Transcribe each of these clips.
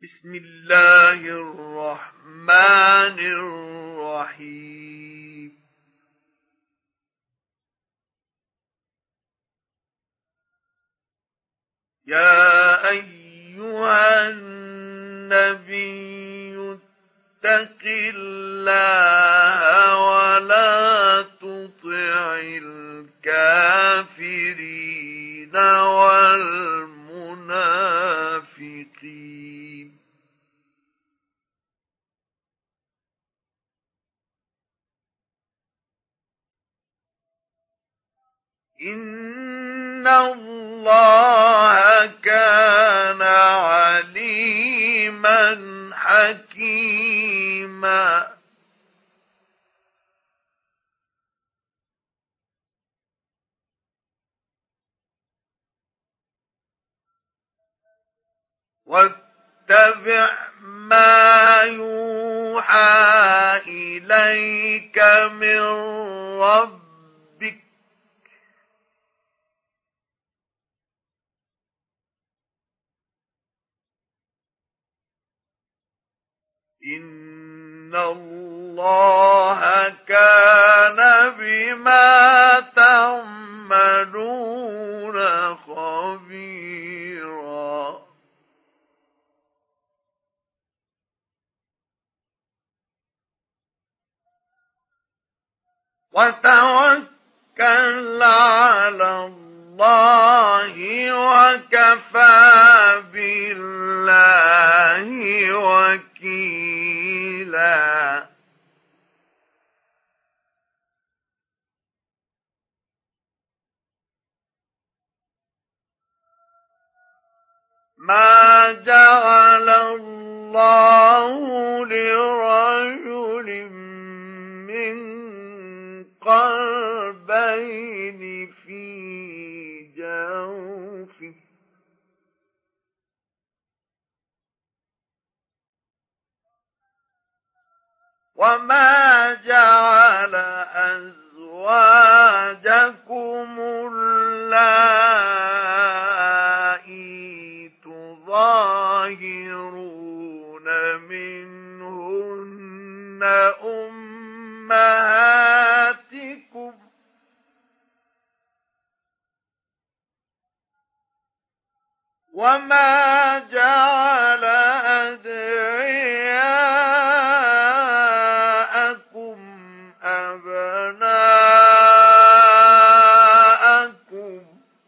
بسم الله الرحمن الرحيم. يا أيها النبي اتق الله ولا تطع الكافرين والمنافقين. إن الله كان عليما حكيما. واتبع ما يوحى إليك من ربك إن الله كان بما تعملون خبيرا. وتوكل على الله وكفى بالله وكيلا. ما جعل الله لرجل من قلبين في جوفه وما جعل أزواجكم اللائي تظاهرون منهن أمهاتكم وما جعل أدعياءكم أبناءكم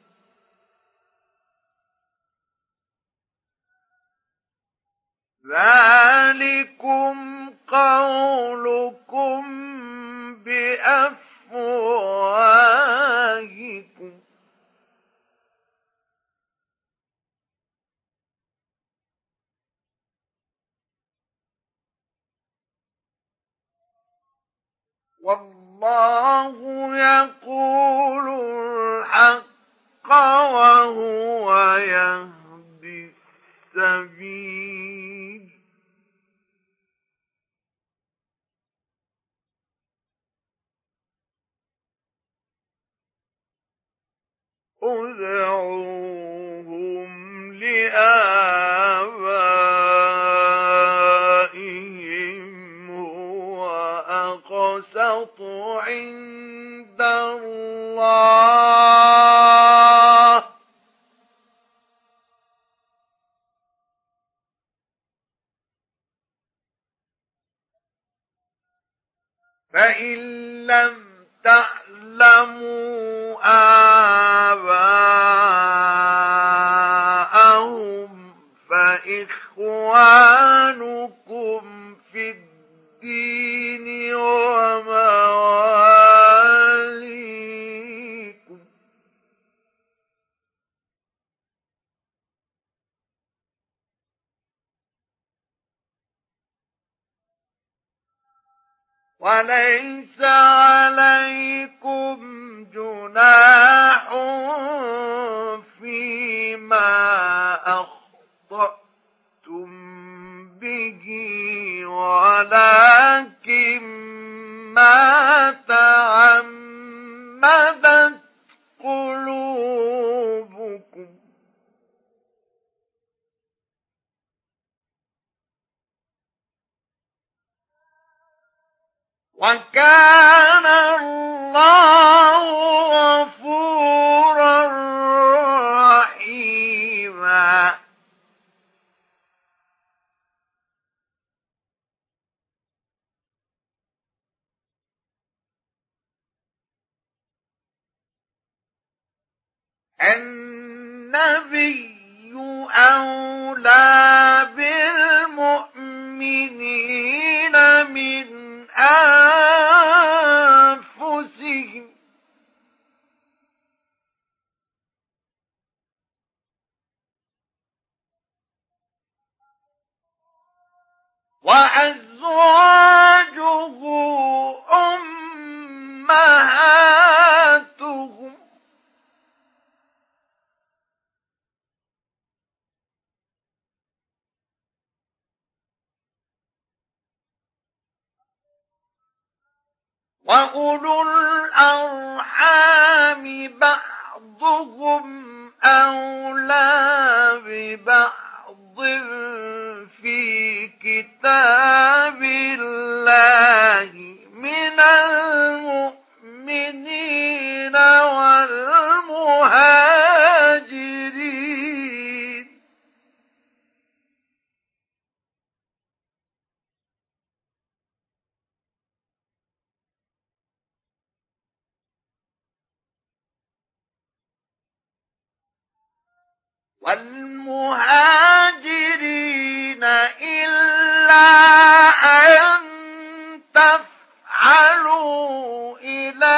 ذلكم قولكم بأفواهكم والله يقول الحق وهو يهدي السبيل. ادعوهم لآبائهم هو أقسط عند الله فإن لم تعلموا آباءهم فإخوانكم في الدين ومواليكم وليس عليكم جناح فيما أخطأتم به ولكن ما تعمدت قلوبكم وكان الله غفورا رحيما. النبي أولى بالمؤمنين من أنفسهم وأزواجه أمهاتهم وأولو الأرحام بعضهم أولى ببعض في كتاب الله من المؤمنين والمهاجرين. والمهاجرين إلا أن تفعلوا إلى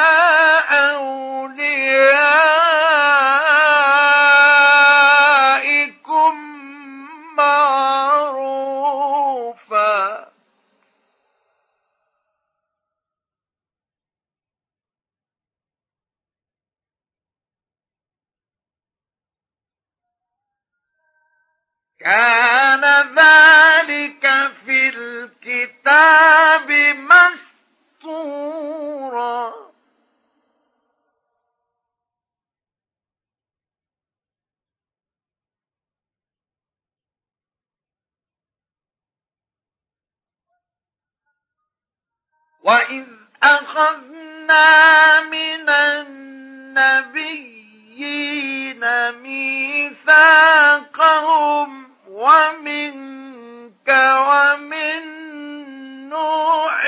أوليائكم معروفا. كان ذلك في الكتاب مسطورا. وإذ أخذنا من النبيين ميثاقهم ومنك ومن نوح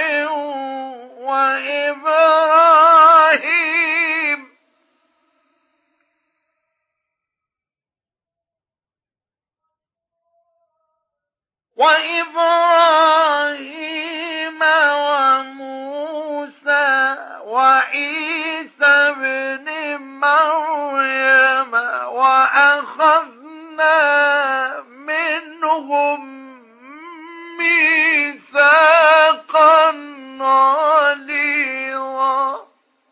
وإبراهيم وموسى وعيسى ابن مريم وأخذنا منهم ميثاقا غليظا.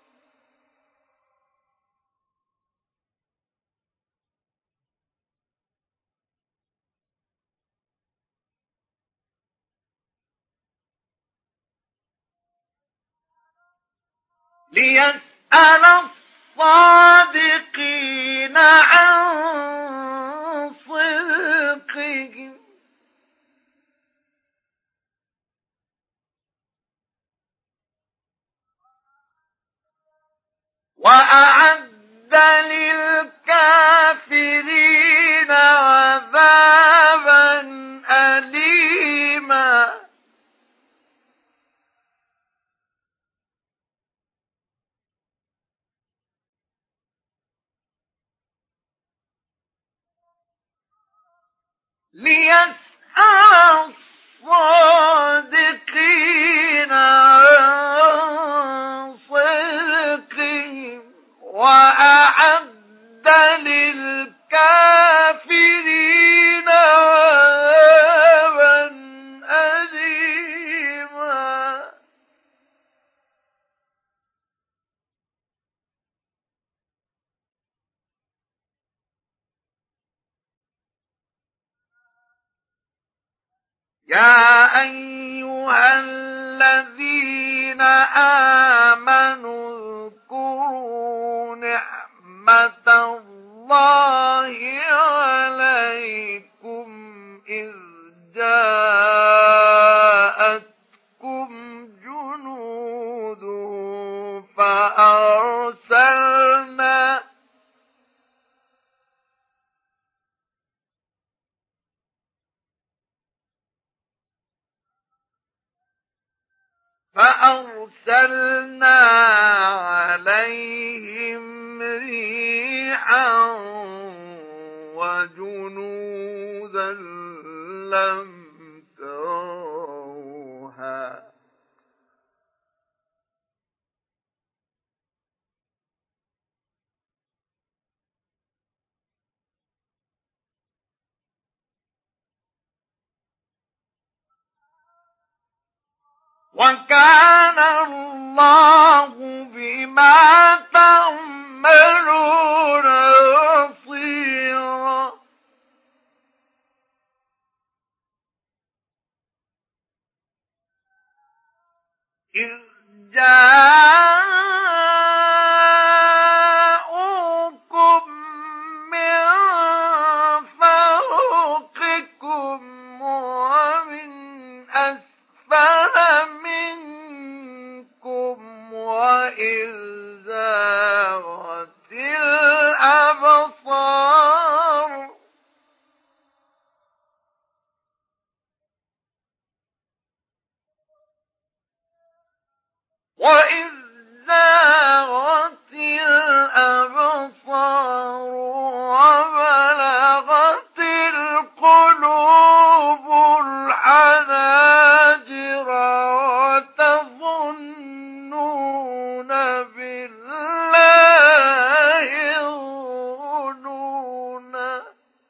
ليسأل الصادقين عن صدقهم وأعد للكافرين عذابا أليما. ليسأل الصادقين عن صدقهم وأعد للكافرين عذابا أليما. يا أيها الذين آمنوا اذكروا نعمة الله عليكم إذ جاءتكم جنود فأرسلنا عليهم ريحا وجنودا لم تروها وكان الله بما تعملون بصيرا. إذ جاءوكم من فوقكم ومن أسفل منكم وإذ زاغت الأبصار وإذ زاغت الأبصار وبلغت القلوب الحناجر وتظنون بالله الظنونا.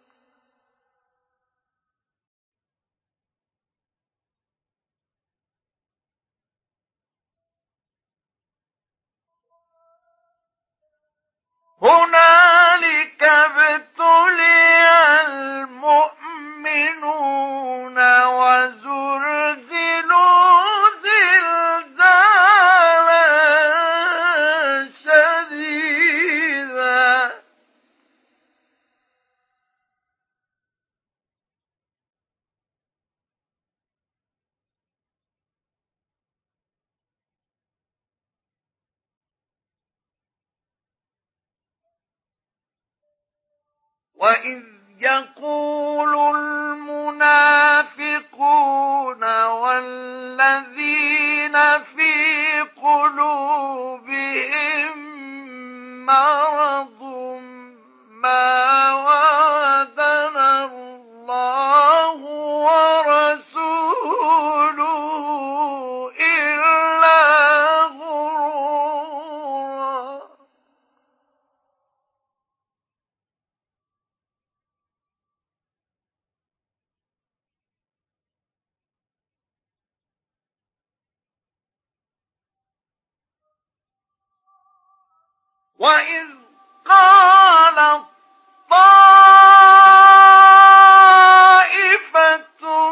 هنالك ابتلي المؤمنون وزلزلوا زلزالا شديدا. وإذ يقول المنافقون والذين في قلوبهم مرض ما وعدنا الله ورسوله إلا غرورا. وإذ قالت طائفة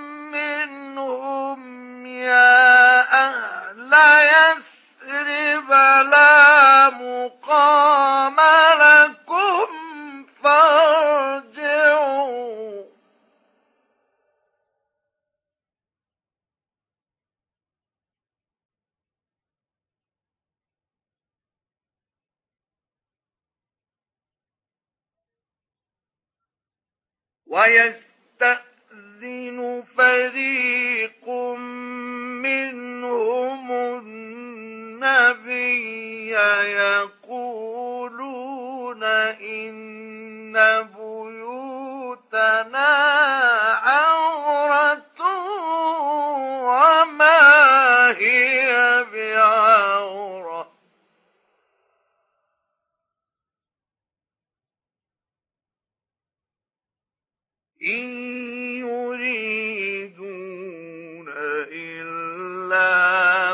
منهم يا أهل يثرب لا مقام لكم فارجعوا. ويستأذن فريق منهم النبي يقولون إن بيوتنا عورة وما هي بعورة إن يريدون إلا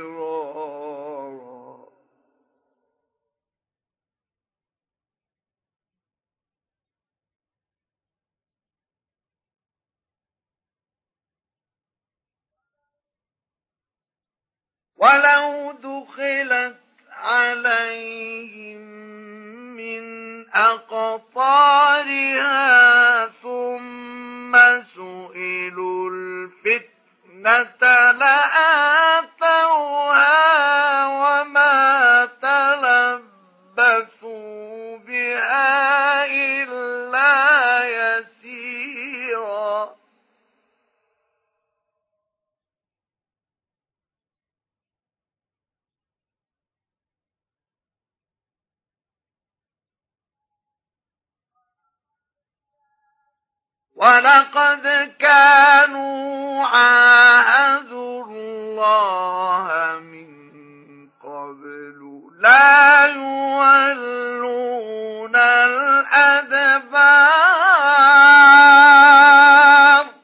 فرارا. ولو دخلت عليهم من أقطارها ثم سئلوا الفتنة لآتوها وما تلبثوا بها إلا يسيرا. ولقد كانوا عاهدوا الله من قبل لا يولون الأدبار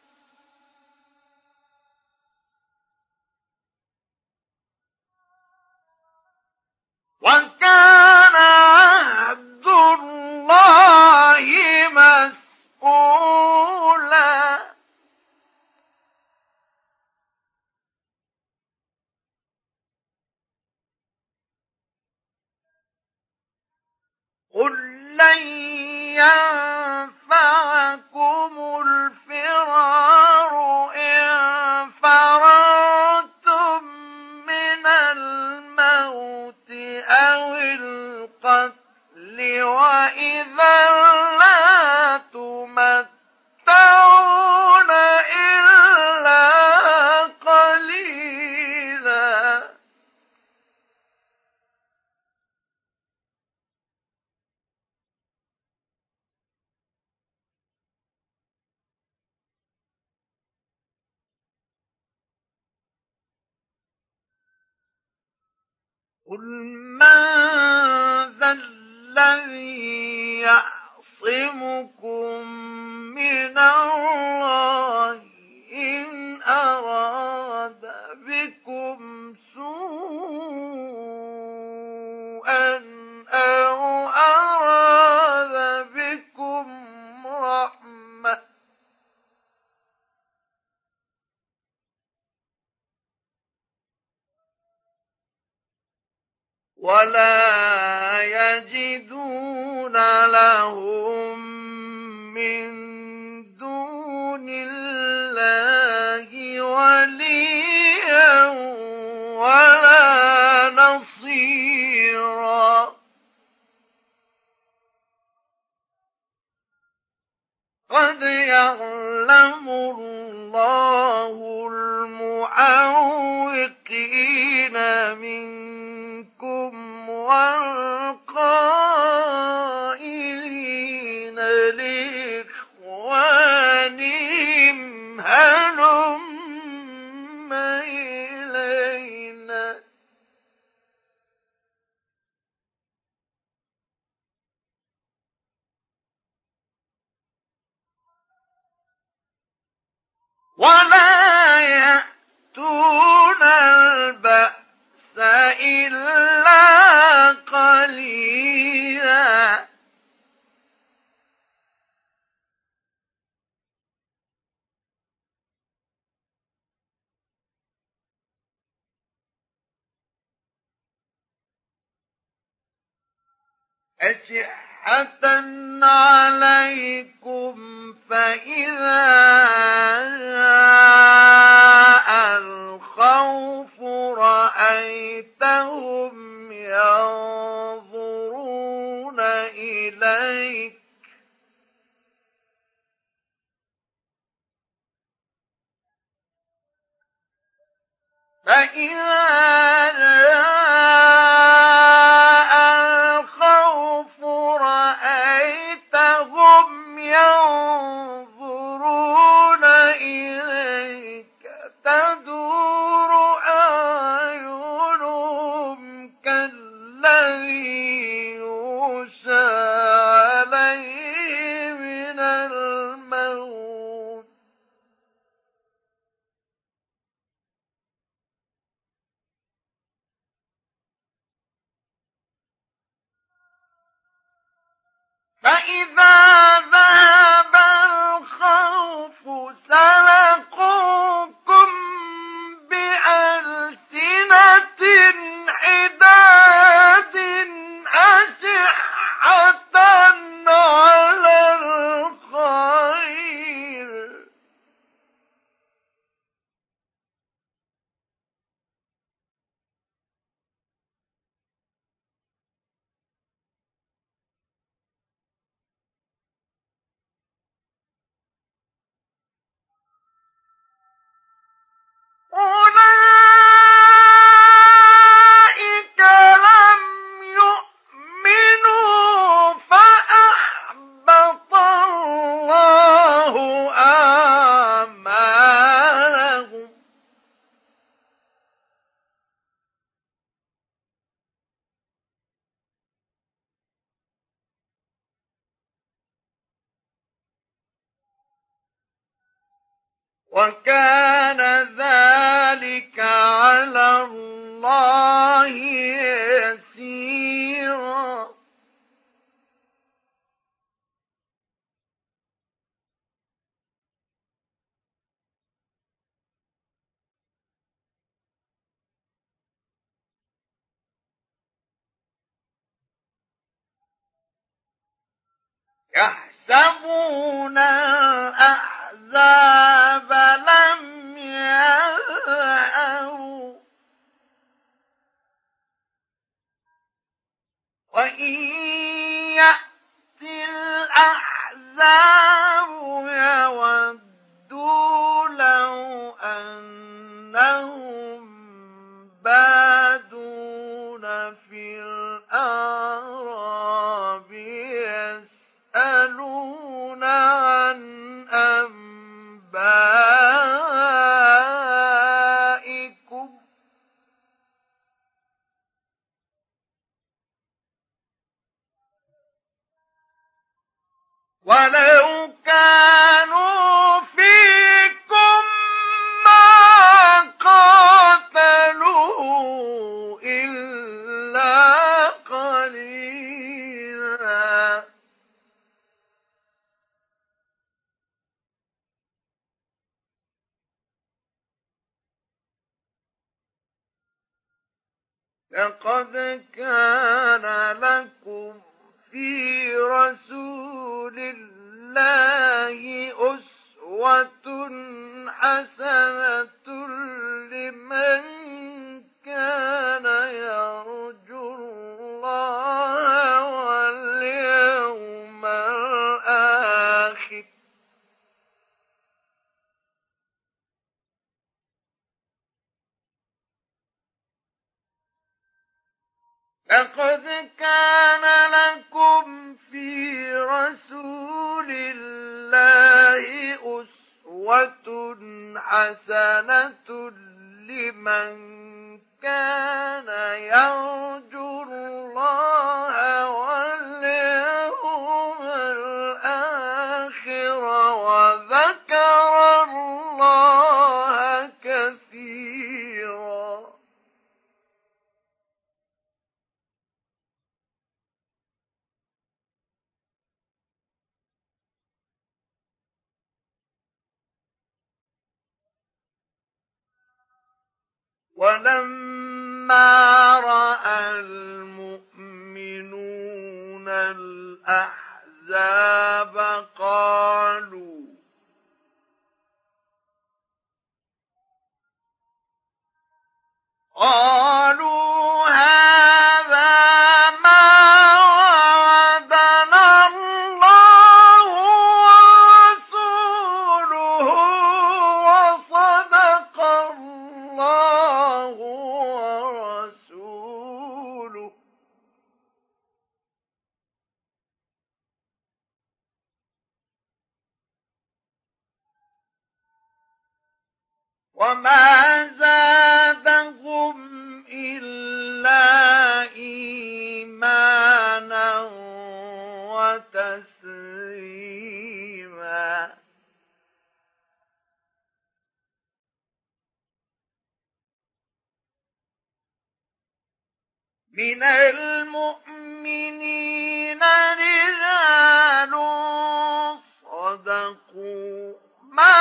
وكان عهد الله مسؤولا قل لن ينفعكم الفرار إن فررتم من الموت أو القتل وإذا لا تمتعون إلا قليلا قل من ذا الذي يعصمكم من الله إن أراد بكم سوءا أو أراد بكم رحمة ولا يجدون لهم من دون الله وليا ولا نصيرا قد يعلم الله المعوقين منكم والقائلين لإخوانهم هلم إلينا ولا يأتون البأس إلا قليلا أشحة عليكم فإذا جاء الخوف رأيتهم ينظرون إليك فإذا جاء الخوف رأيتهم ينظرون إليك تدور أعينهم كالذي يغشى عليه من الموت وكان ذلك على الله يسيرا. يحسبون الأحزاب لم يذهبوا وإن يأتي الأحزاب يودوا لو أنهم بادون في الأعراب يسألون عن أنبائكم ولو كانوا فيكم ما قاتلوا إلا قليلا. لقد كان لكم في رسول الله أسوة حسنة لمن كان يرجو الله واليوم الآخر لقد كان لكم في رسول الله أسوة حسنة لمن كان يرجو الله واليوم الآخر وذكر الله كثيرا. ولما رأى المؤمنون الأحزاب قالوا هذا ما وعدنا الله ورسوله وصدق الله ورسوله وما زادهم إلا إيمانا وتسليما. من المؤمنين رجال صدقوا ما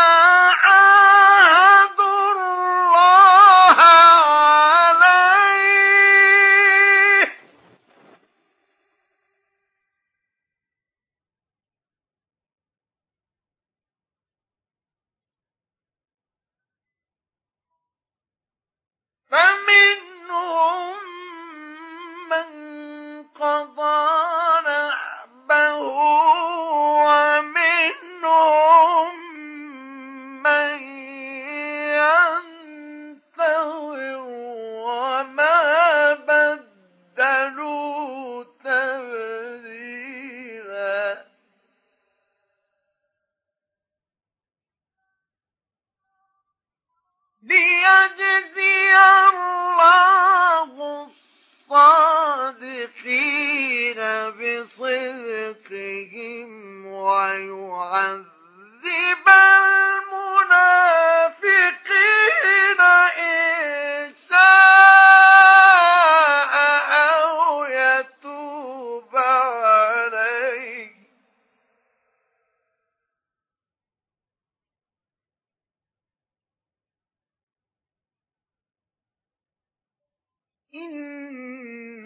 عاهدوا الله عليه فمنهم من قضى نحبه ومنهم من ينتظر وما بدلوا تبديلا. ليجزي الله الصادقين بصدقهم ويعذب المنافقين إن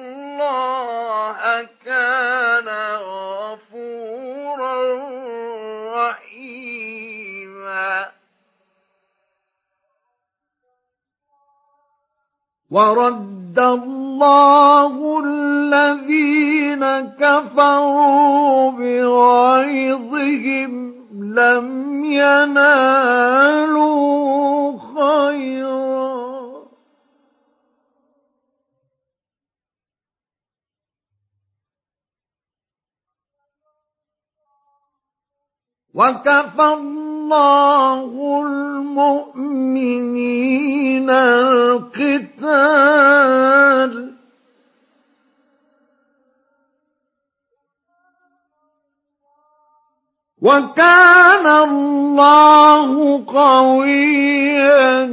الله كان غفورا رحيما ورد الله الذين كفروا بغيظهم لم ينالوا خيرا وكفى الله المؤمنين القتال وكان الله قويا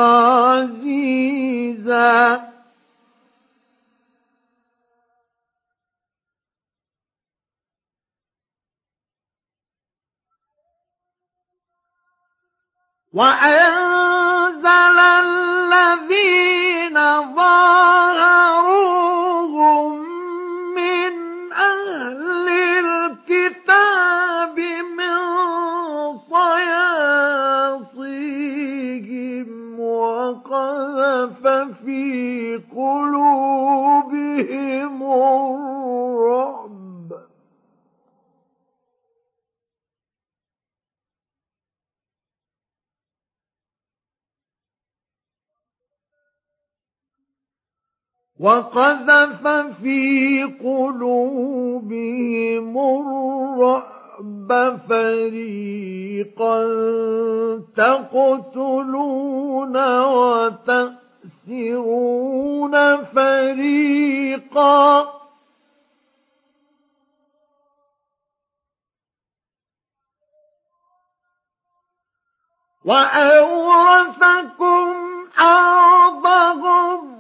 عزيزا وأنزل الذين ظاهروهم من أهل الكتاب من صياصيهم وقذف في قلوبهم الرعب وقذف في قلوبهم الرعب فريقا تقتلون وتأسرون فريقا وأورثكم أرضهم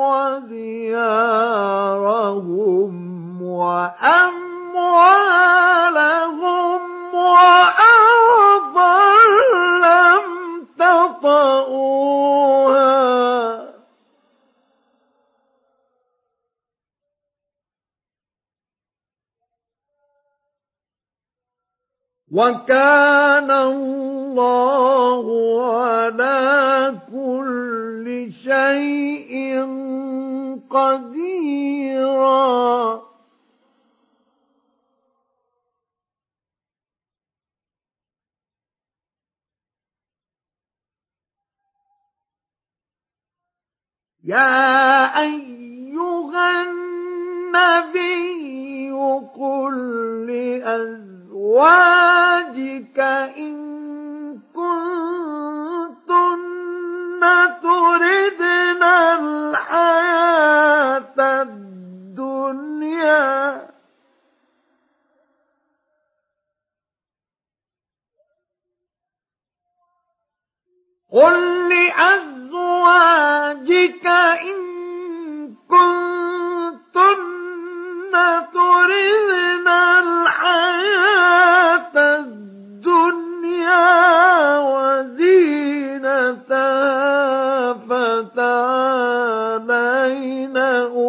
وديارهم وأموالهم وأرضا لم تطئوها وكان الله على كل شيء قديرا يا أيها النبي قل لأزواجك إن كنتن تردن الحياة الدنيا قل لأزواجك إن كنتن تردن الحياة الدنيا وزينتها فتعالين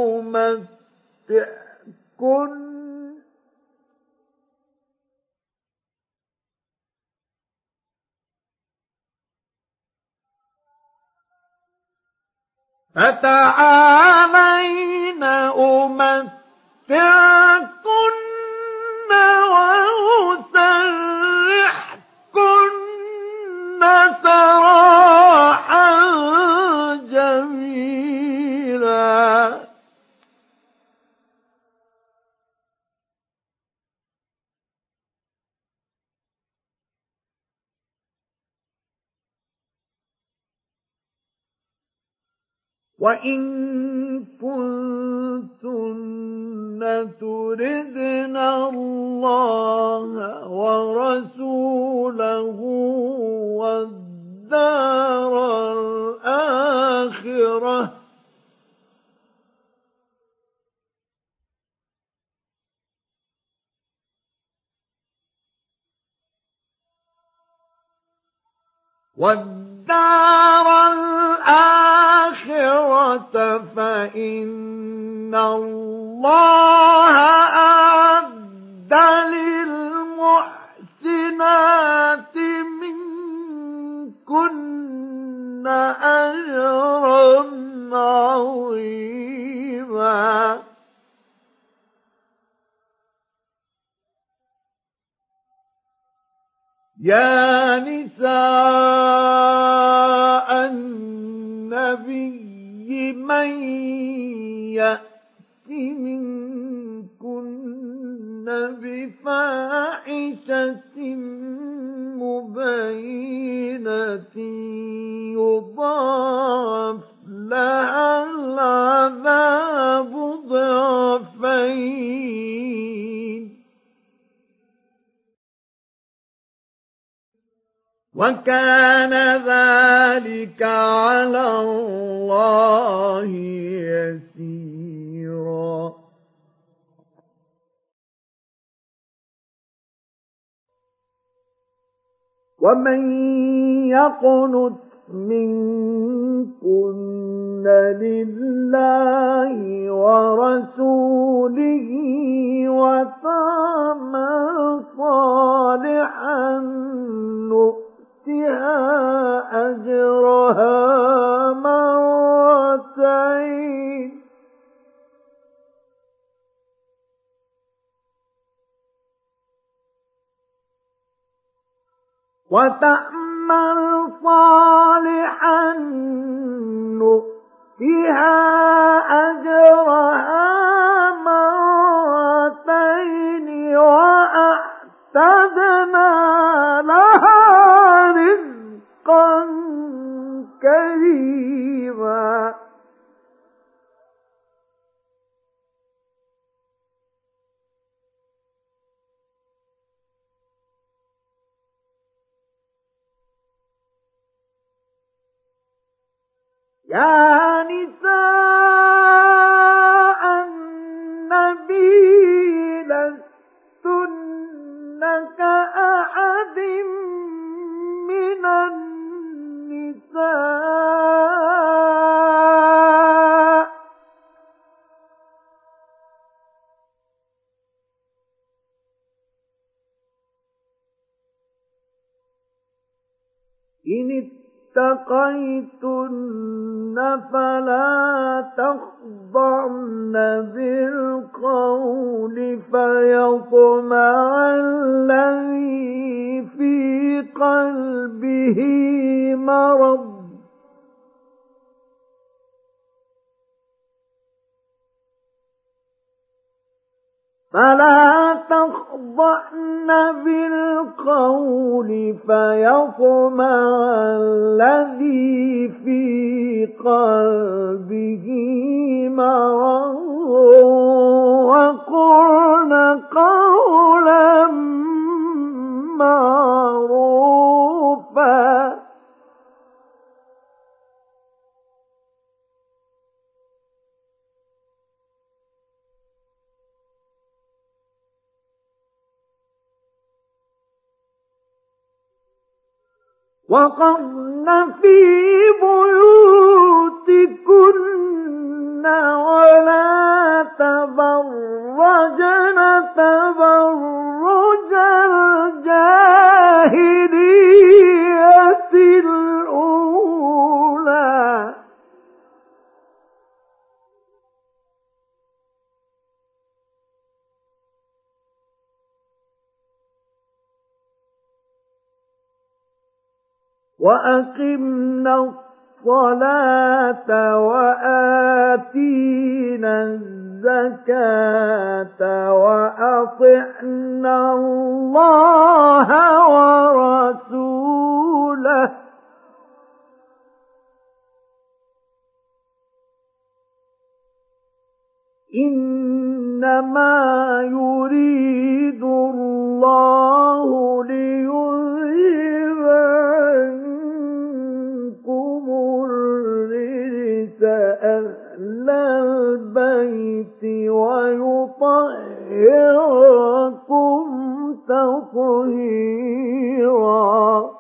أمتعكن أمتعكن وأسرحكن سراحا جميلا وإن كنتن تردن الله ورسوله والدار الآخرة فإن الله أعد للمحسنات منكن أجرا عظيما. يا نساء النبي من يأت منكن بفاحشة مبينة يضاعف لها العذاب ضعفين وكان ذلك على الله يسيرا. ومن يقنت منكن لله ورسوله وتعمل صالحا نؤتها أجرها مرتين وتعمل صالحا نؤتها أجرها مرتين وأعتدنا لها رزقا كريما. يا نساء النبي لستن كأحد من النساء إن اتقيتن فلا تخضعن بالقول فيطمع الذي في قلبه مرض فلا تخضعن بالقول فيطمع الذي في قلبه مرض وقلن قولا معروفا. وقرن في بيوتكن ولا تبرجن تبرج الجاهلية الأولى وأقمنا الصلاة وآتينا الزكاة وأطعنا الله ورسوله إنما يريد الله ليذهب عنكم الرجس أهل البيت ويطهركم تطهيرا.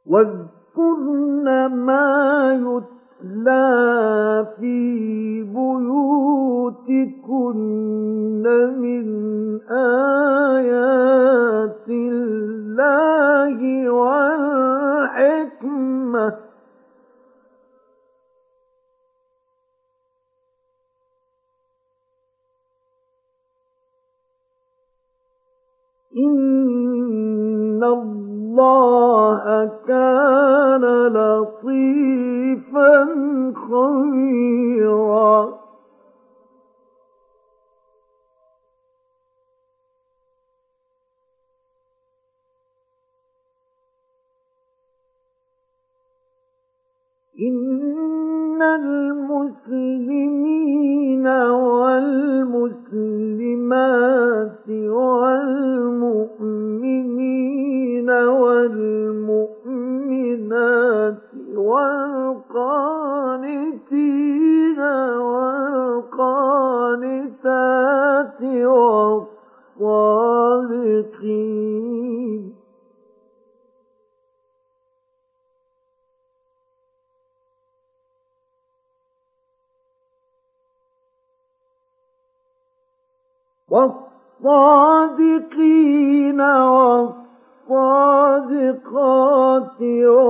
واذكرن ما يتلى في بيوتكن من آيات الله والحكمة إن الله كان لطيفا خبيرا إن المسلمين والمسلمات والمؤمنين والمؤمنات والقانتين والقانتات والصادقين والصادقين والصادقات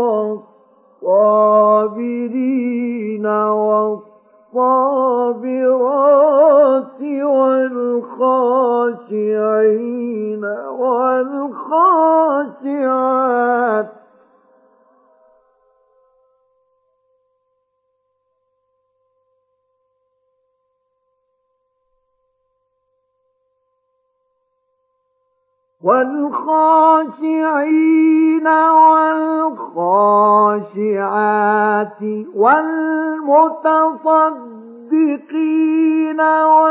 والصابرين والصابرات والخاشعين والخاشعات والخاشعين والخاشعات والمتصدقين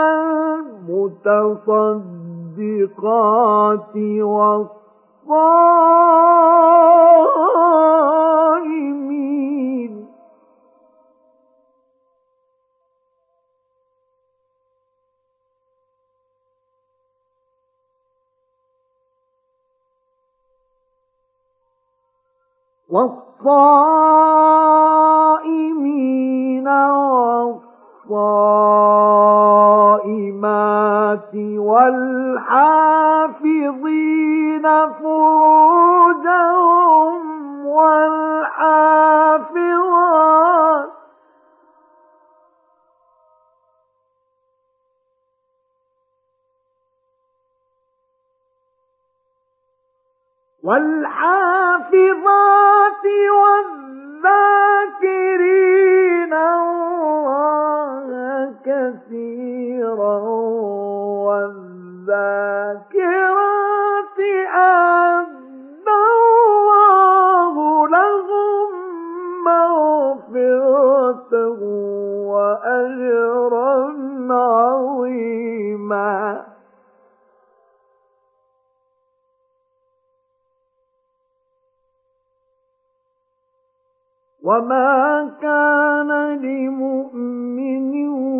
والمتصدقات والصائمين والصائمين والصائمات والحافظين فروجهم والحافظات والحافظات والذاكرين الله كثيرا والذاكرات أعد الله لهم مغفرة وأجرا عظيما وما كان لمؤمن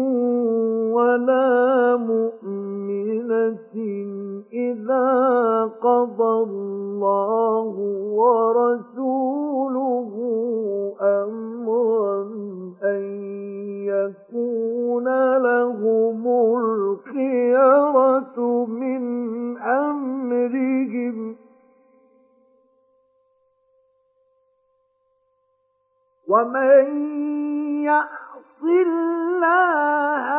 ولا مؤمنة إذا قضى الله ورسوله أمرا أن يكون لهم الخيرة من أمرهم ومن يعص الله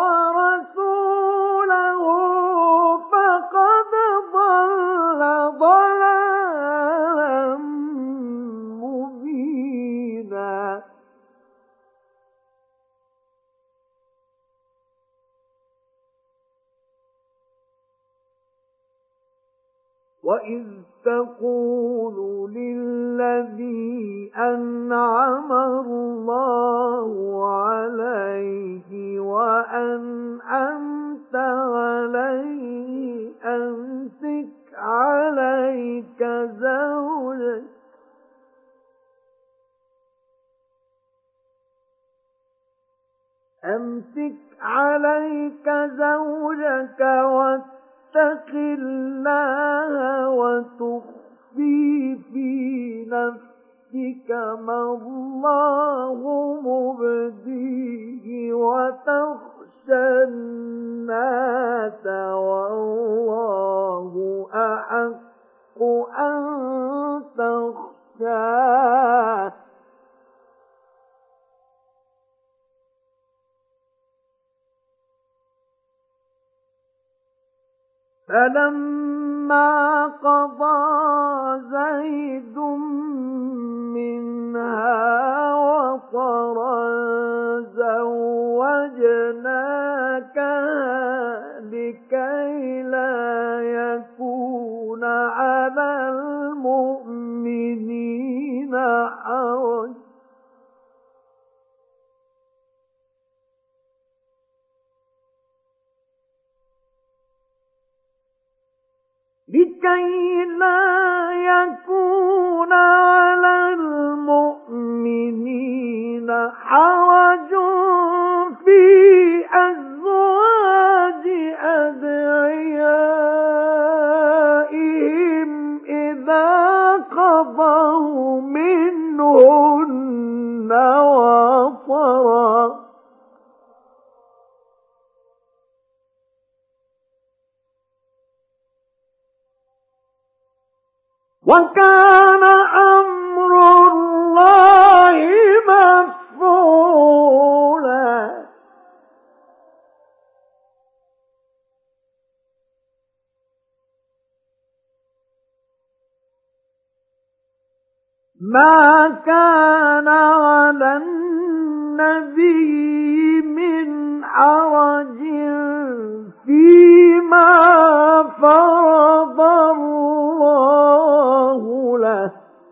ورسوله فقد ضل ضلالا مبينا وإذ تقول للذي أنعم الله عليه وأنعمت عليه أمسك عليك زوجك واتق الله وتخفي في نفسك ما الله مبديه وتخشى الناس والله أحق أن تخشاه فلما قضى زيد منها وطرا زوجناكها لكي لا يكون على المؤمنين حرج على المؤمنين حرج في أزواج أدعيائهم إذا قضوا منهن وطرا وكان أمر الله مفعولا ما كان على النبي من حرج فيما فرض الله له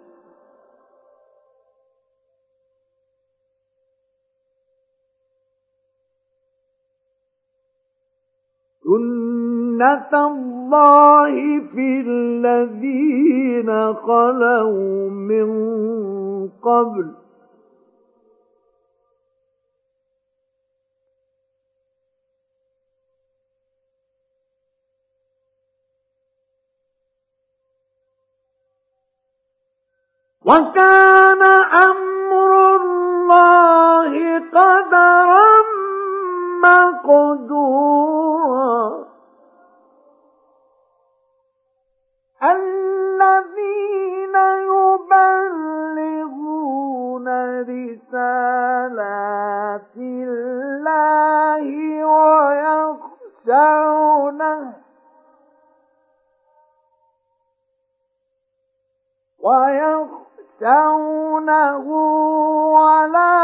سنة الله في الذين خلوا من قبل وكان أمر الله قدرا مقدورا الذين يبلغون رسالات الله ويخشونه ولا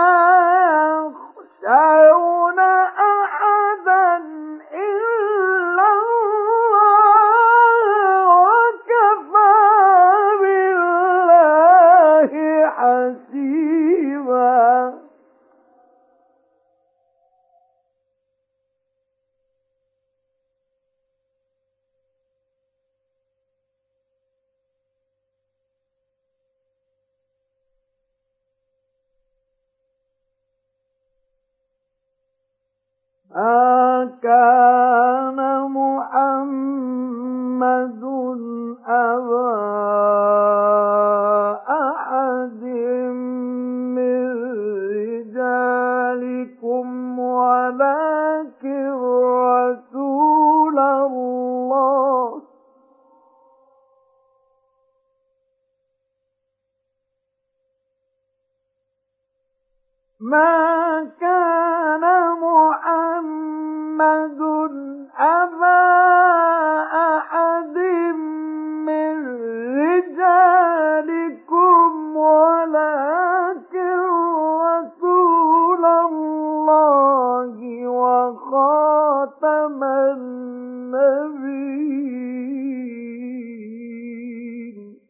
يخشون أحدا إلا الله وكفى بالله حسيبا ما كان محمد أبا أحد من رجالكم ولكن رسول الله ما كان محمد أبا أحد من رجالكم ولكن رسول الله وخاتم النبيين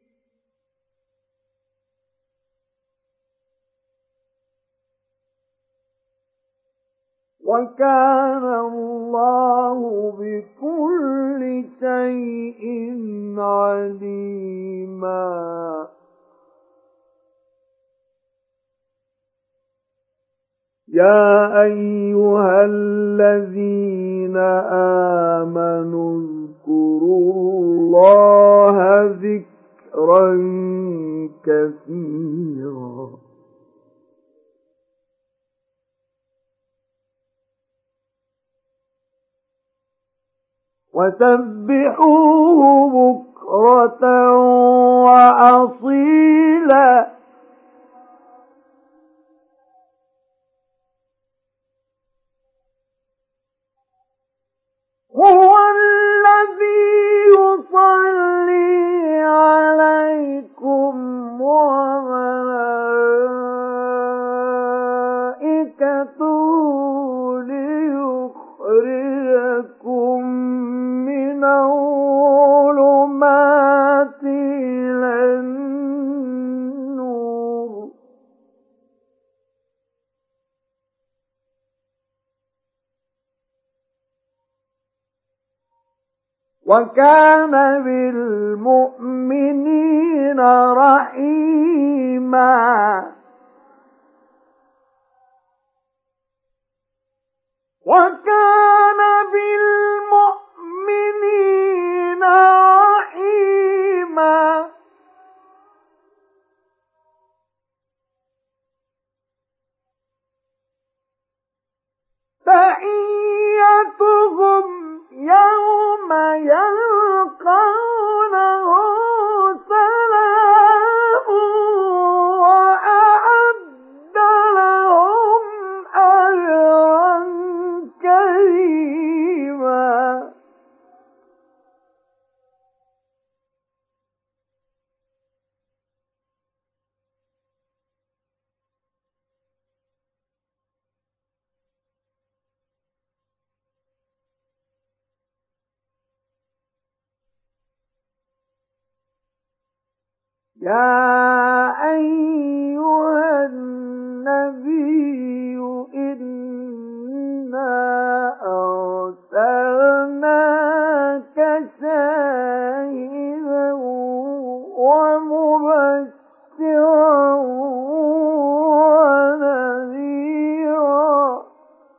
وكان الله بكل شيء عليما يا أيها الذين آمنوا اذكروا الله ذكرا كثيرا وسبحوه بكرة وأصيلا هو الذي يصلي عليكم وملائكته ليخرجكم من الظلمات إلى النور وكان بالمؤمنين رحيما وكان بالمؤمنين رحيما تحيتهم يوم يلقونه سلام وأعد لهم أجرا كريما يا أيها النبي إنا أرسلناك شاهدا ومبشرا ونذيرا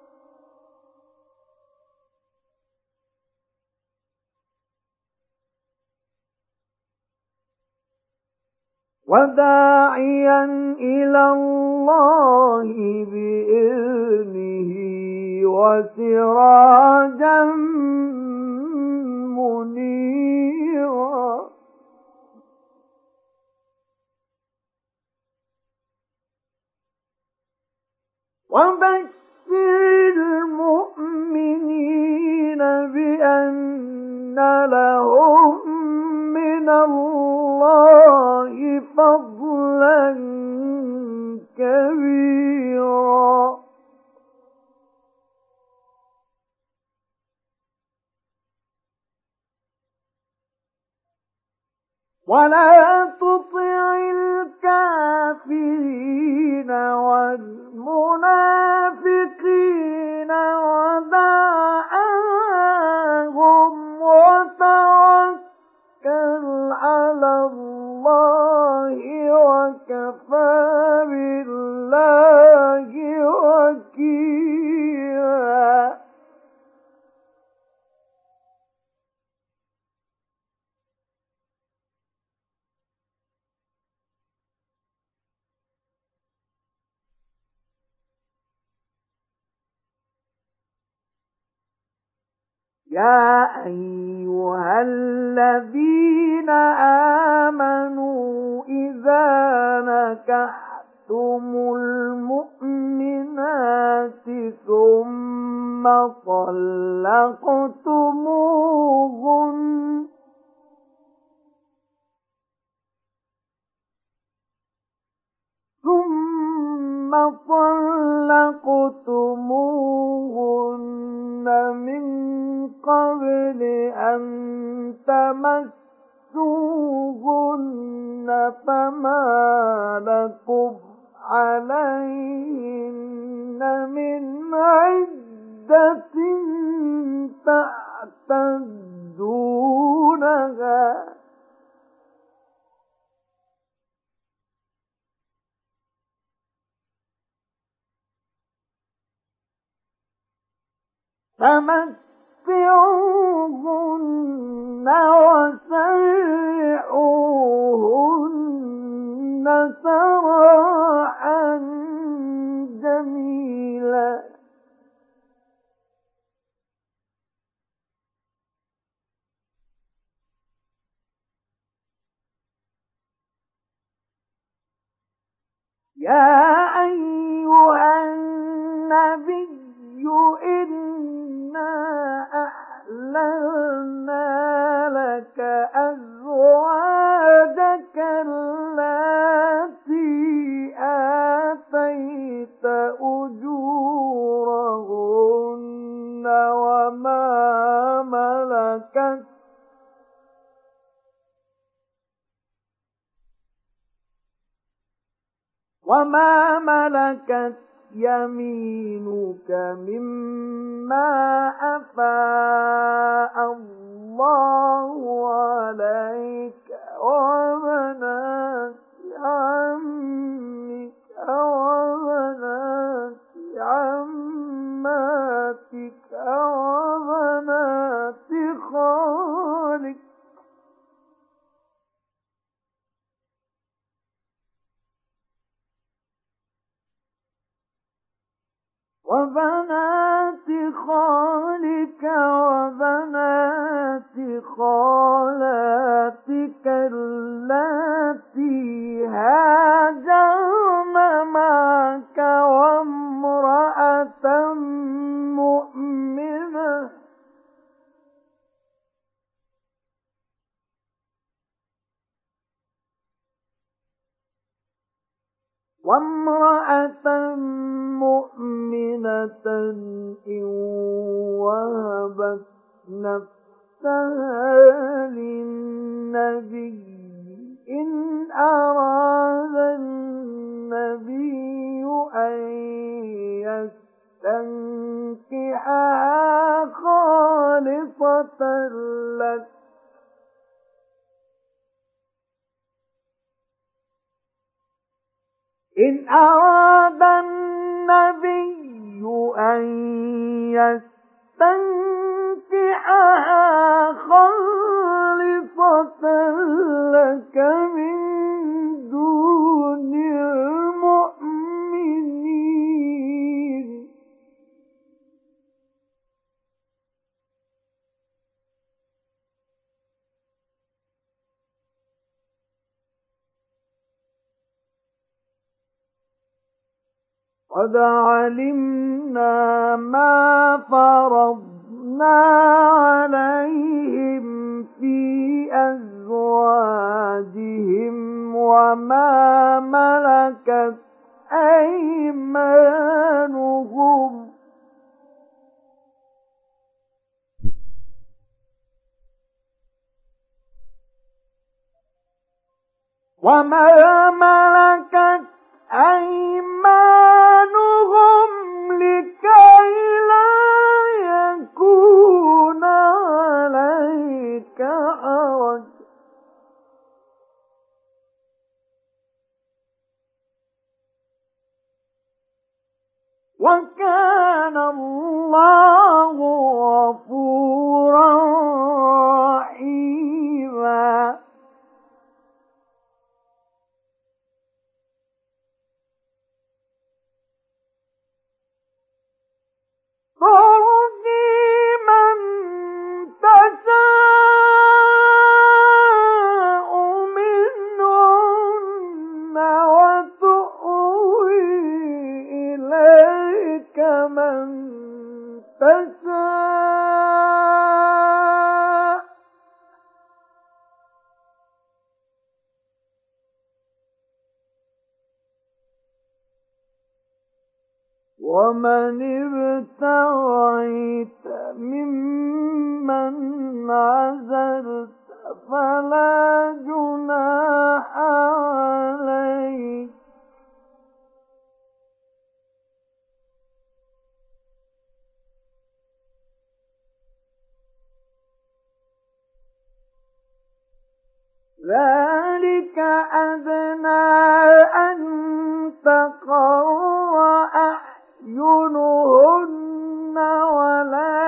وداعيا إلى الله بإذنه وسراجا منيرا وبشر المؤمنين بأن لهم من الله فضلا كبيرا ولا تطع الكافرين والمنافقين ودع عنهم وتوكل على الله وكفى بالله وكيلا يا أيها الذين آمنوا إذا نكحتم المؤمنات ثم طلقتموهن من قبل أن تمسوهن فما لكم عليهن من عدة تعتدونها فمتعوهن وسرحوهن سراحا جميلا يا أيها النبي إنا أحللنا لك أزواجك اللاتي آتيت أجورهن وما ملكت يمينك مما أفاء الله عليك وبنات عمك وبنات عماتك وبنات خالك وبنات خالك وبنات خالاتك اللاتي هاجرن معك وامرأة مؤمنة إن وهبت نفسها للنبي إن أراد النبي أن يستنكحها خالصة لك إن أراد النبي أن يستنكحها خالصة لك من دون المؤمنين قد علمنا ما فرضنا عليهم في أزواجهم وما ملكت أيمانهم لكي لا يكون عليك حرج وكان الله غفورا رحيما ترجي من تشاء منهن وتؤوي إليك من تشاء ومن ابتغيت ممن عزلت فلا جناح عليك ذلك أدنى أن تقر أعينهن ولا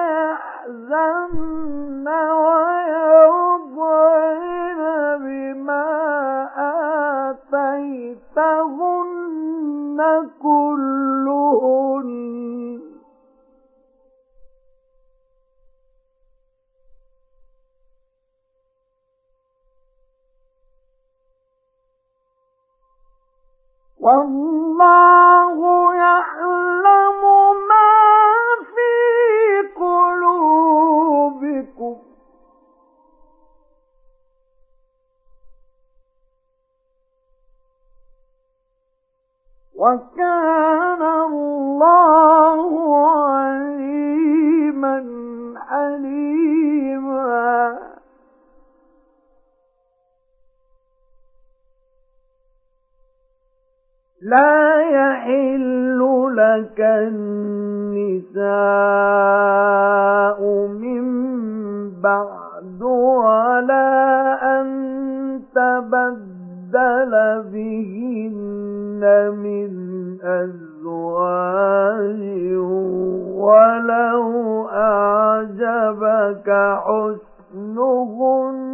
يحزن ويرضين بما آتينهن كلهن والله يعلم ما في قلوبكم وكان الله عليما حليما لا يحل لك النساء من بعد ولا أن تبدل بهن من أزواج ولو أعجبك حسنهن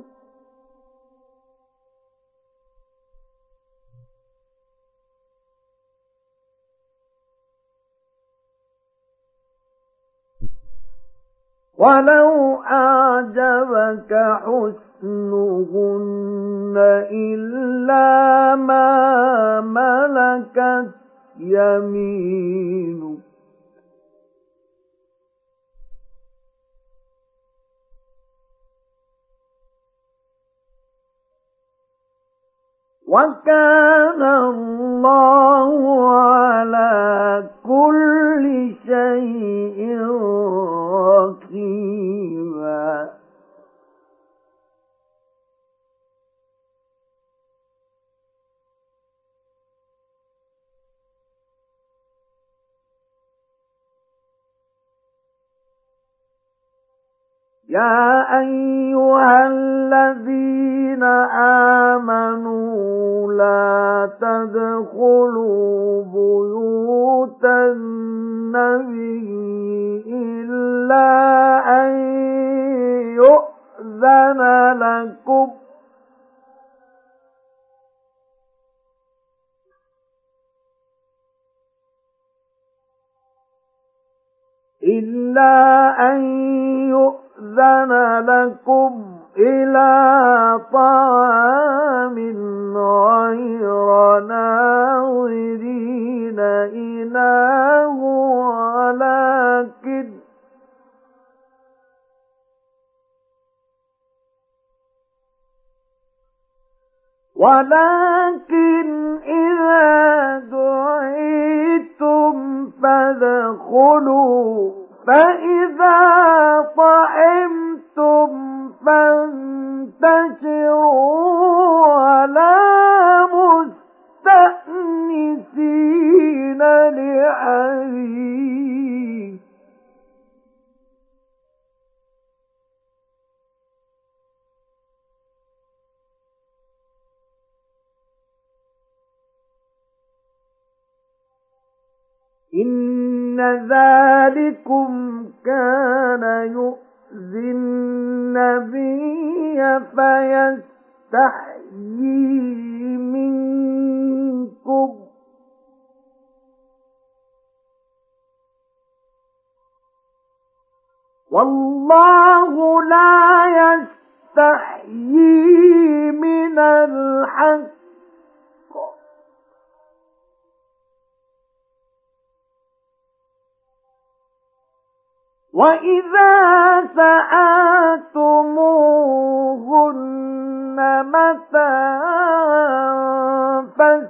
إلا ما ملكت يمينك وكان الله على كل شيء رقيبا يا أيها الذين آمنوا لا تدخلوا بيوت النبي إلا أن يؤذن لكم إلى طعام غير ناظرين إناه ولكن إذا دعيتم فادخلوا فإذا طعمتم فانتشروا ولا مستأنسين لحديث إن ذلكم كان يؤذي النبي فيستحيي منكم والله لا يستحيي من الحق وَإِذَا سَأَلْتُمُوهُنَّ مَتَاعًا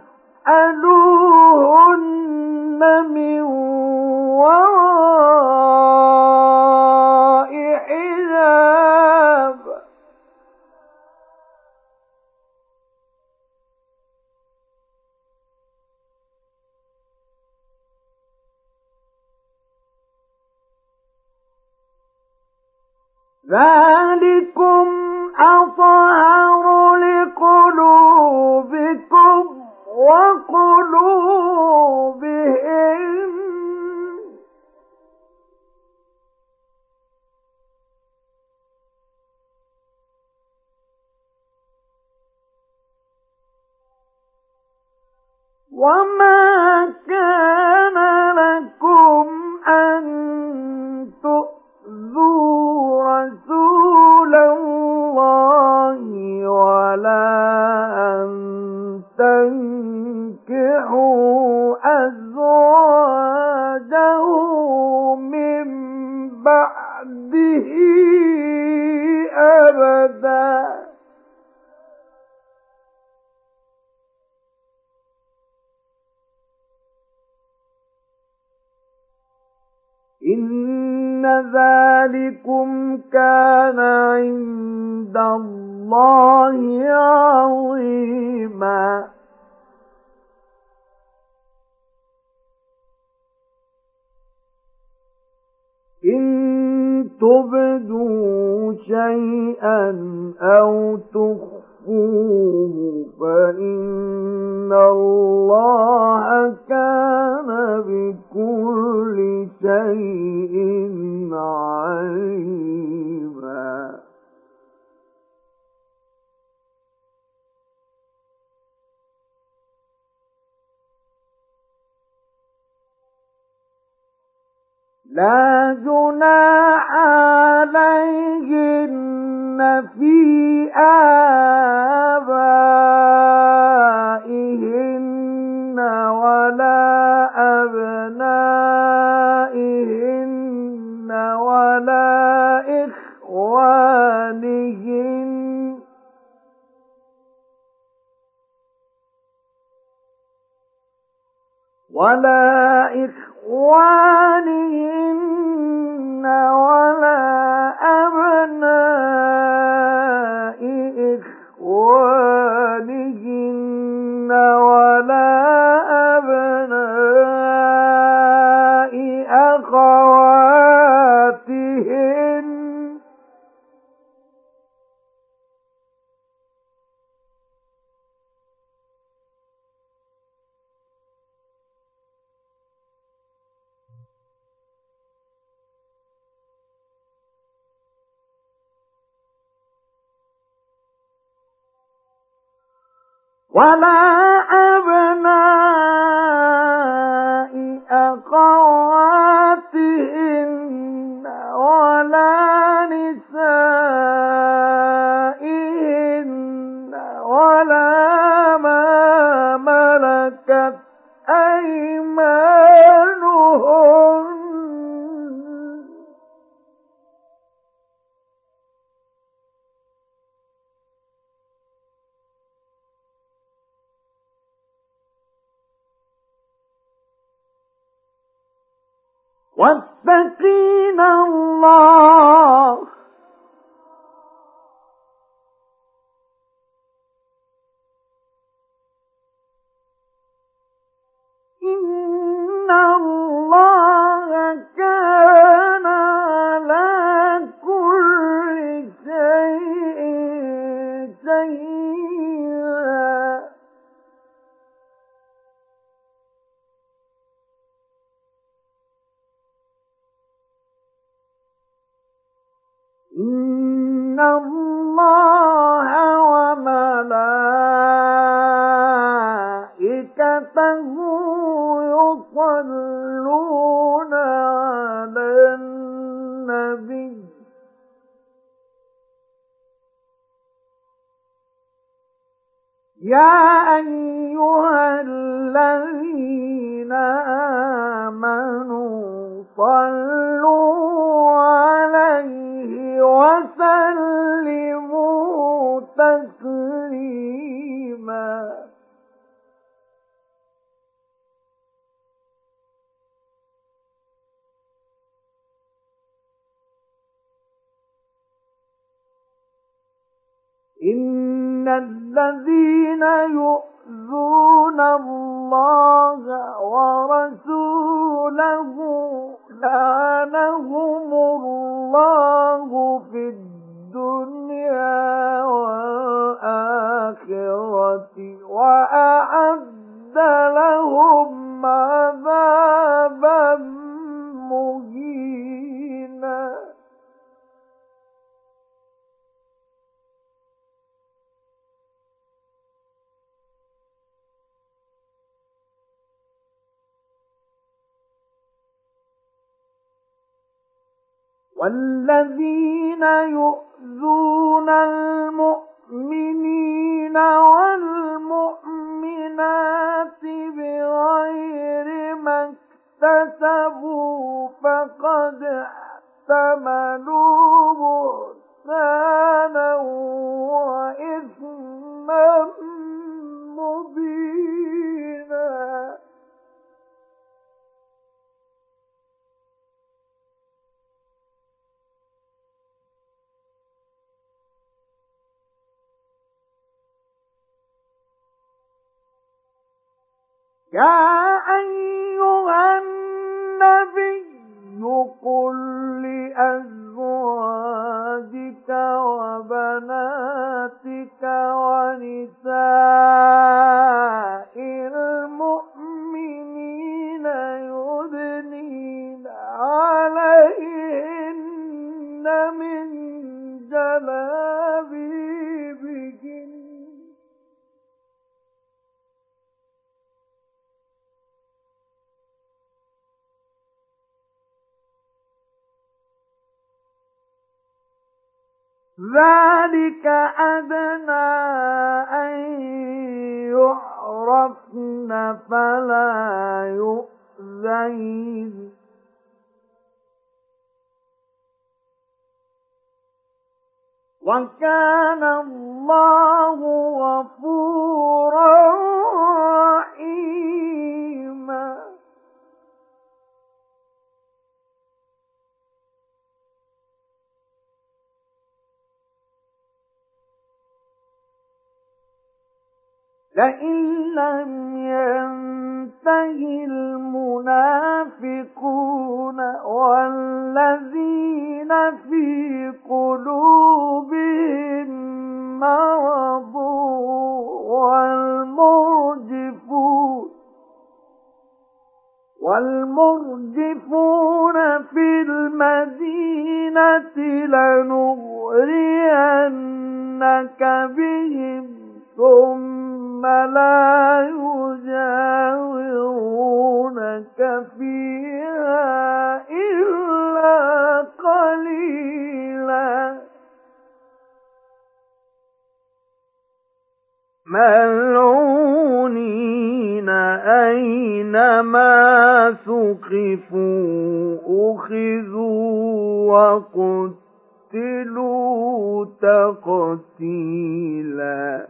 فَاسْأَلُوهُنَّ مِنْ وَرَاءِ حِجَابٍ ذَلِكُمْ أَطْهَرُ لِقُلُوبِكُمْ وَقُلُوبِهِنَّ وما كان لكم أن تؤذوا رسول الله ولا أن تنكحوا أزواجه من بعده أبدا إن ذلكم كان عند الله عظيما إن تبدوا شيئا أو تخفوه فإن الله كان بكل شيء عليما لا جناح عليهن في آبائهن ولا أبنائهن ولا إخوانهن ولا أبناء إخوانهن ولا أبناء أخواتهن ولا أبناء أخواتهن ولا نسائهن ولا ما ملكت أيمانهن واتقين الله إن الله كان على كل شيء شهيدا إن الله وملائكته يصلون على النبي يا أيها الذين آمنوا صلوا عليه وسلموا تسليما إن الذين يؤذون الله ورسوله لعنهم الله في الدنيا والآخرة وأعد لهم عذابا مهينا والذين يؤذون المؤمنين والمؤمنات بغير ما اكتسبوا فقد احتملوا بهتانا وإثما مبينا. يا أيها النبي قل لأزواجك وبناتك ونساء المؤمنين يدنين عليهن من جلابيبهن ذلك أدنى أن يعرفن فلا يؤذين وكان الله غفورا رحيما. لئن لم ينته المنافقون والذين في قلوبهم مرض والمرجفون في المدينة لنغرينك بهم ثم لا يجاورونك فيها إلا قليلا ملعونين أينما ثقفوا أخذوا وقتلوا تقتيلا.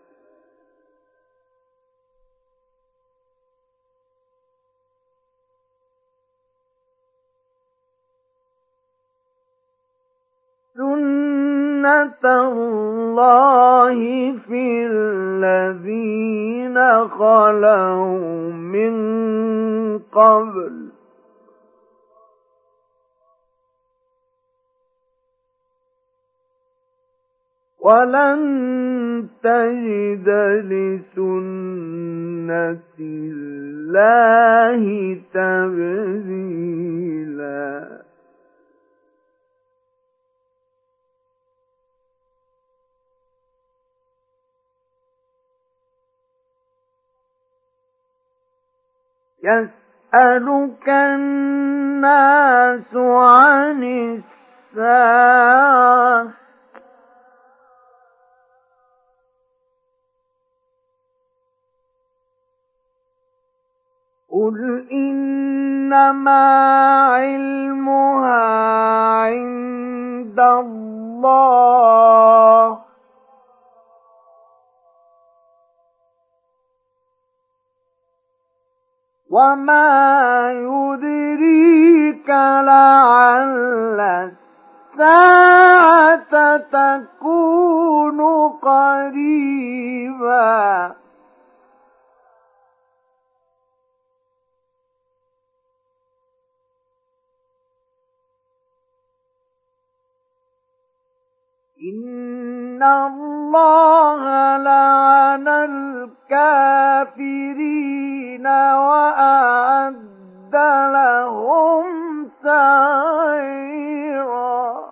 سنة الله في الذين خلوا من قبل ولن تجد لسنة الله تبديلا. يسألك الناس عن الساعة قل إنما علمها عند الله وما يدريك لعل الساعة تكون قريبا. إن الله لعن الكافرين وأعد لهم سعيرا.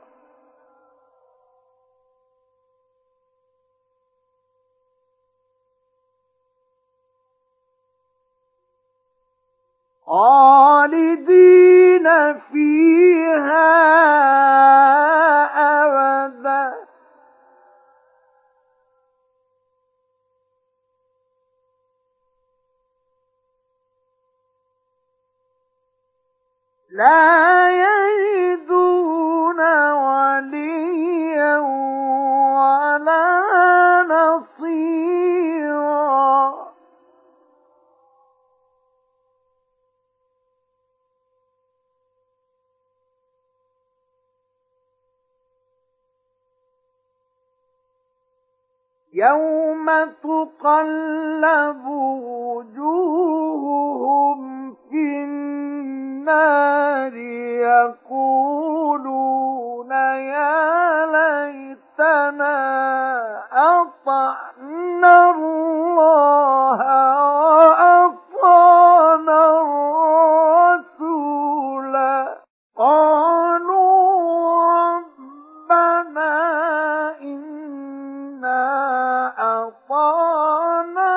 خالدين فيها لا يجدون وليا ولا نصيرا. يوم تقلب وجوههم في النار يقولون يا ليتنا أطعنا الله وأطعنا الرسول. قالوا ربنا إنا أطعنا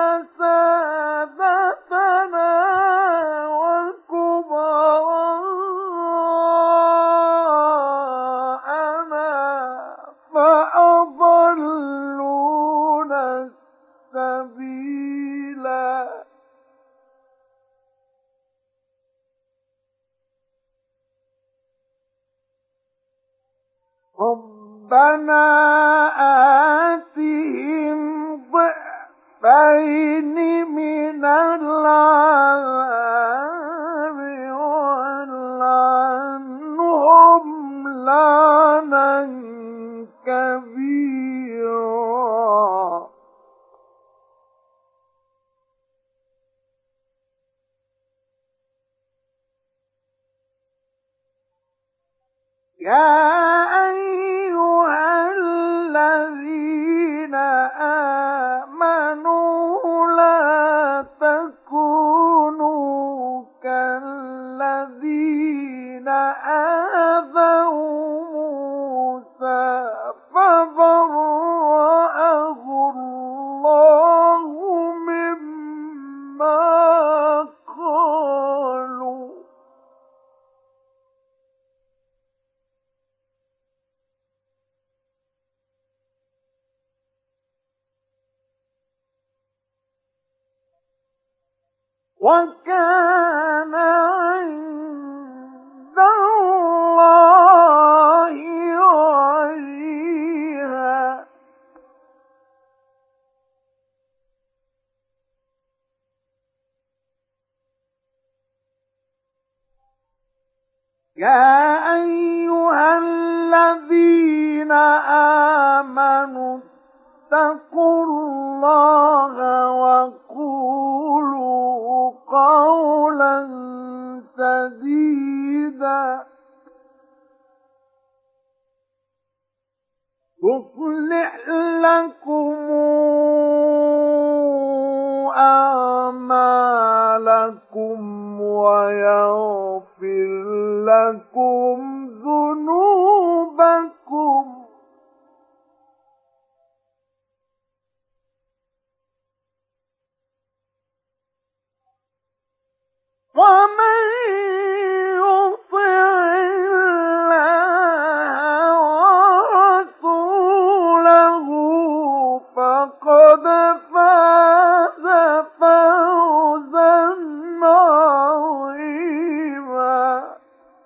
سادتنا وكبراءنا فأضلونا السبيلا. ربنا آتهم ضعفين من العذاب والعنهم لعنا كبيرا. يا أيها الذين آمنوا لا تكونوا كالذين آذوا موسى فبرأه الله مما قالوا. وكان عند الله وجيها. يا أيها الذين آمنوا اتقوا الله وقولوا قولا سديدا يصلح لكم أعمالكم ويغفر لكم ذنوبكم ومن يطع الله ورسوله فقد فاز فوزا عظيما.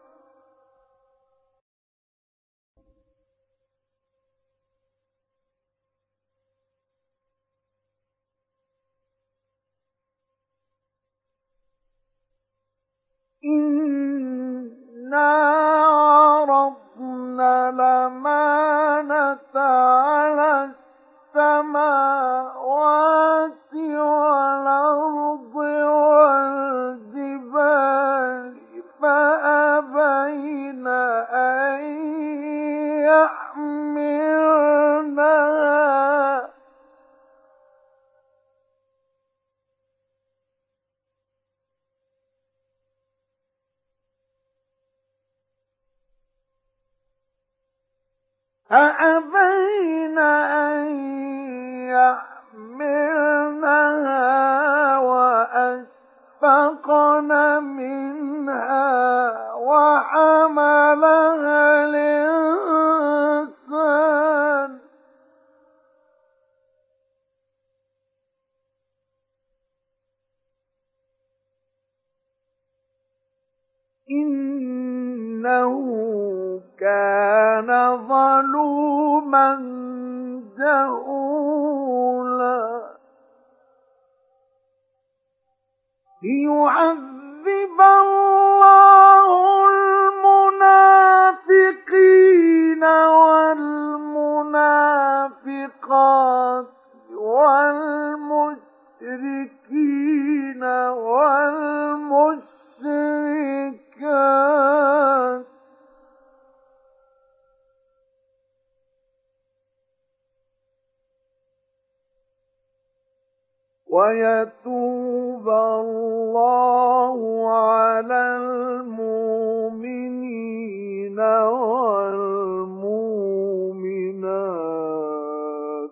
إنا عرضنا الأمانة على السماوات والأرض والجبال فأبين أن يحملنها وأشفقن منها وحملها الإنسان إنه كان ظلوما جهولا ليعذب الله المنافقين والمنافقات والمشركين والمشركات ويتوب الله على المؤمنين والمؤمنات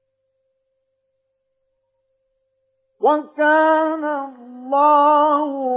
وكان الله